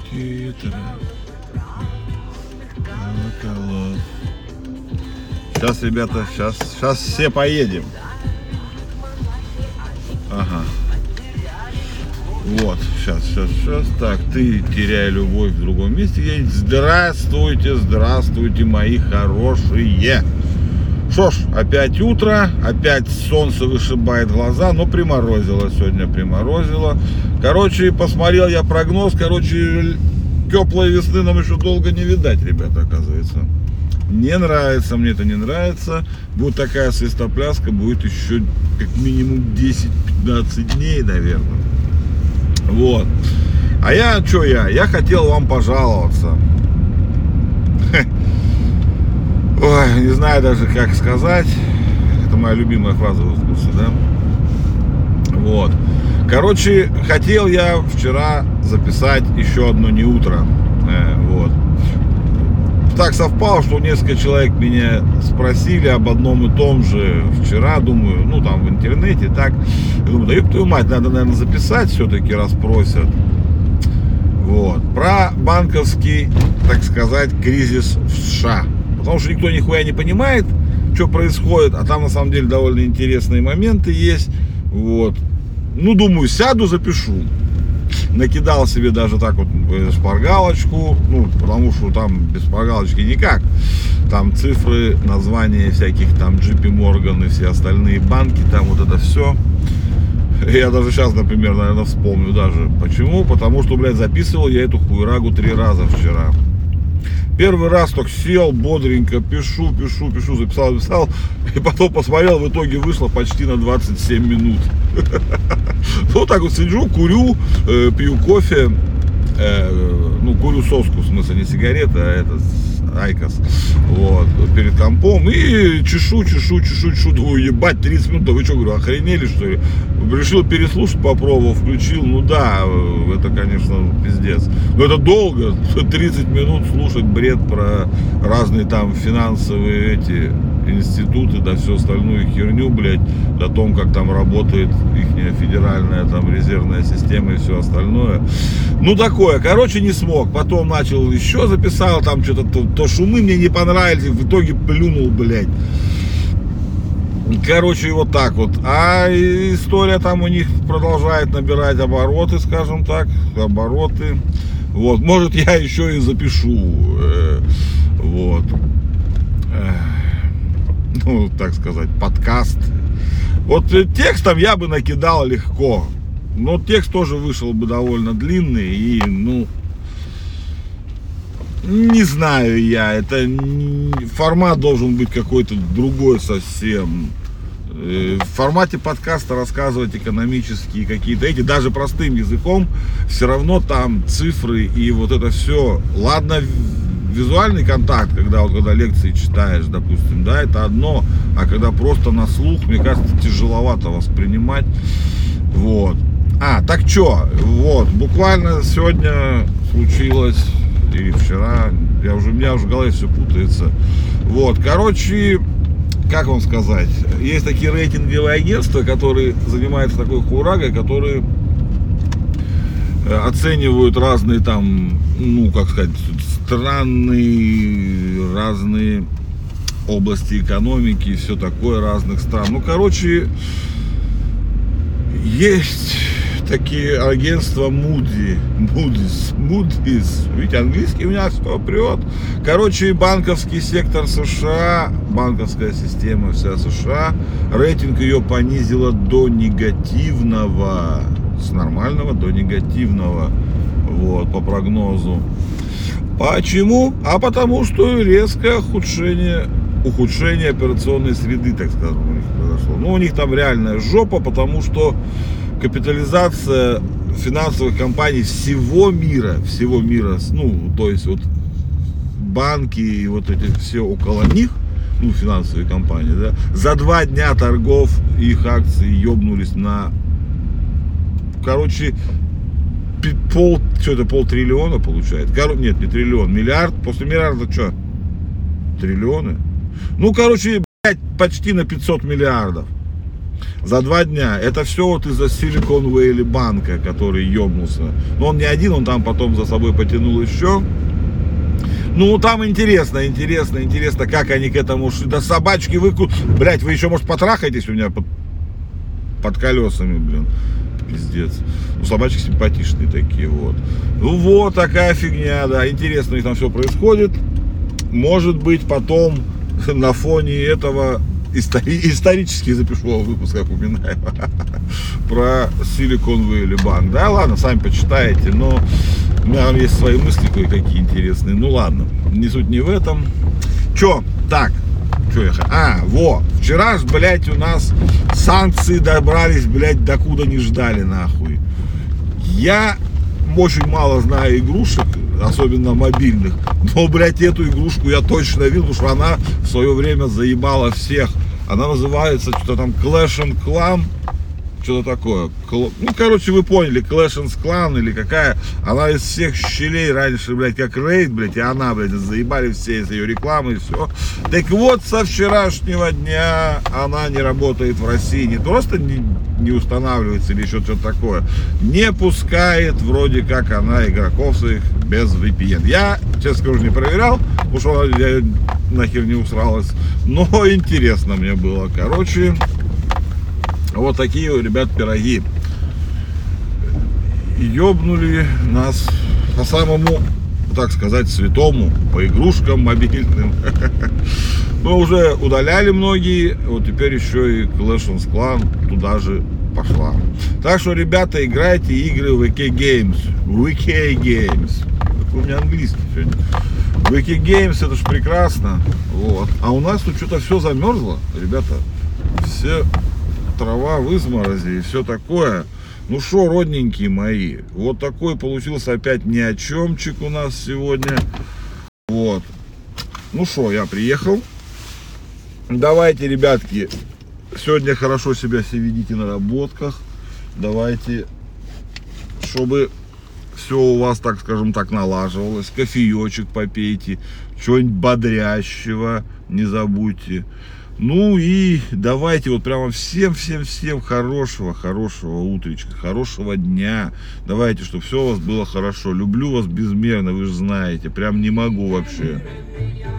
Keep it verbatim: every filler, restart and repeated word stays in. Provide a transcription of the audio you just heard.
Сейчас, ребята, сейчас, сейчас все поедем. Ага. Вот, сейчас, сейчас, сейчас. Так, ты теряй любовь в другом месте где-нибудь. Здравствуйте, здравствуйте, мои хорошие. Что ж, опять утро, опять солнце вышибает глаза, но приморозило сегодня, приморозило. Короче, посмотрел я прогноз, короче, теплой весны нам еще долго не видать, ребята, оказывается. Не нравится, мне это не нравится. Будет такая свистопляска, будет еще как минимум десять-пятнадцать дней, наверное. Вот. А я, что я? Я хотел вам пожаловаться. Ой, не знаю даже как сказать. Это моя любимая фраза в искусстве, да? Вот. Короче, хотел я вчера записать еще одно не утро. Э, вот. Так совпало, что несколько человек меня спросили об одном и том же вчера, думаю, ну там в интернете, так. Я думаю, да ёб твою мать, надо, наверное, записать все-таки, раз просят. Вот. Про банковский, так сказать, кризис в США. Потому что никто нихуя не понимает, что происходит, а там на самом деле довольно интересные моменты есть. Вот. Ну, думаю, сяду, запишу. Накидал себе даже так вот шпаргалочку, ну, потому что там без шпаргалочки никак. Там цифры, названия всяких там джей пи Morgan и все остальные банки, там вот это все. Я даже сейчас, например, наверное, вспомню даже. Почему? Потому что, блядь, записывал я эту хуйрагу три раза вчера. Первый раз так сел, бодренько, пишу, пишу, пишу, записал, записал. И потом посмотрел, в итоге вышло почти на двадцать семь минут. Вот так вот сижу, курю, пью кофе. Ну, курю соску, в смысле, не сигарета, а это айкос. Вот, перед компом. И чешу, чешу, чешу, чешу. Думаю, ебать, тридцать минут, да вы что, говорю, охренели, что ли? Решил переслушать, попробовал, включил. Ну да, это, конечно, пиздец. Но это долго, тридцать минут слушать бред про разные там финансовые эти институты, да все остальную херню, блядь, о том, как там работает ихняя федеральная там резервная система и все остальное. Ну такое, короче, не смог. Потом начал еще записал, там что-то, то, то шумы мне не понравились, в итоге плюнул, блядь. Короче, вот так вот. А история там у них продолжает набирать обороты, скажем так, обороты. Вот, может, я еще и запишу. Вот. Ну, так сказать, подкаст. Вот текстом я бы накидал легко. Но текст тоже вышел бы довольно длинный. И, ну, не знаю я. Это формат должен быть какой-то другой совсем. В формате подкаста рассказывать экономические какие-то эти, даже простым языком, все равно там цифры и вот это все. Ладно, визуальный контакт, когда вот когда лекции читаешь, допустим, да, это одно, а когда просто на слух, мне кажется, тяжеловато воспринимать. Вот. А, так что, вот, буквально сегодня случилось, или вчера, я уже, у меня уже в голове все путается. Вот, короче, как вам сказать, есть такие рейтинговые агентства, которые занимаются такой хурагой, которые оценивают разные там, ну, как сказать, страны, разные области экономики и все такое разных стран. Ну, короче, есть такие агентства Moody, Moody's, Moody's, ведь английский у меня все прет. Короче, банковский сектор США, банковская система вся США, рейтинг ее понизила до негативного, с нормального до негативного, вот, по прогнозу. Почему? А потому что резкое ухудшение, ухудшение операционной среды, так скажем, у них произошло. Ну, у них там реальная жопа, потому что капитализация финансовых компаний всего мира, всего мира, ну, то есть вот банки и вот эти все около них, ну, финансовые компании, да, за два дня торгов их акции ёбнулись на, короче, пол, что это, полтриллиона получает? Кор... Нет, не триллион, миллиард, после миллиарда что? Триллионы? Ну, короче, блядь, почти на пятьсот миллиардов. За два дня. Это все вот из-за Silicon Valley банка, который ебнулся. Но он не один, он там потом за собой потянул еще. Ну, там интересно, интересно, интересно, как они к этому шли. Да собачки выкут. Блять, вы еще, может, потрахаетесь у меня под, под колесами, блин. Пиздец. Ну, собачки симпатичные такие, вот. Ну, вот такая фигня, да. Интересно, у них там все происходит. Может быть, потом на фоне этого истори- исторически запишу выпуск, как упоминаю, про Silicon Valley Bank. Да, ладно, сами почитаете, но у меня там есть свои мысли кое-какие интересные. Ну, ладно, не суть не в этом. Че, так, что я... А, во, вчера ж, блядь, у нас санкции добрались, блядь, докуда не ждали, нахуй. Я очень мало знаю игрушек, особенно мобильных, но, блядь, эту игрушку я точно видел, потому что она в свое время заебала всех. Она называется что-то там Clash and Clan, что-то такое. Ну, короче, вы поняли, Clash and Clan или какая. Она из всех щелей раньше, блядь, как рейд, блядь, и она, блядь, заебали все из ее рекламы и все. Так вот, со вчерашнего дня она не работает в России. Не просто не, не устанавливается или еще что-то такое. Не пускает, вроде как, она игроков своих без ви пи эн. Я, честно скажу, не проверял, потому что я нахер не усралась. Но интересно мне было. Короче... Вот такие, ребят, пироги. Ёбнули нас по самому, так сказать, святому, по игрушкам мобильным. Мы уже удаляли многие, вот теперь еще и Clash and Clan туда же пошла. Так что, ребята, играйте игры в ви кей Games. ви кей Games. Какой у меня английский сегодня. ви кей Games, это ж прекрасно. Вот. А у нас тут что-то все замерзло, ребята. Все... трава в изморози и все такое. Ну шо, родненькие мои, вот такой получился опять ни о чемчик у нас сегодня. Вот. Ну шо, я приехал. Давайте, ребятки, сегодня хорошо себя все ведите на работках. Давайте, чтобы все у вас, так скажем так, налаживалось. Кофеечек попейте, что-нибудь бодрящего не забудьте. Ну и давайте вот прямо всем-всем-всем хорошего, хорошего утречка, хорошего дня. Давайте, чтобы все у вас было хорошо. Люблю вас безмерно, вы же знаете. Прям не могу вообще.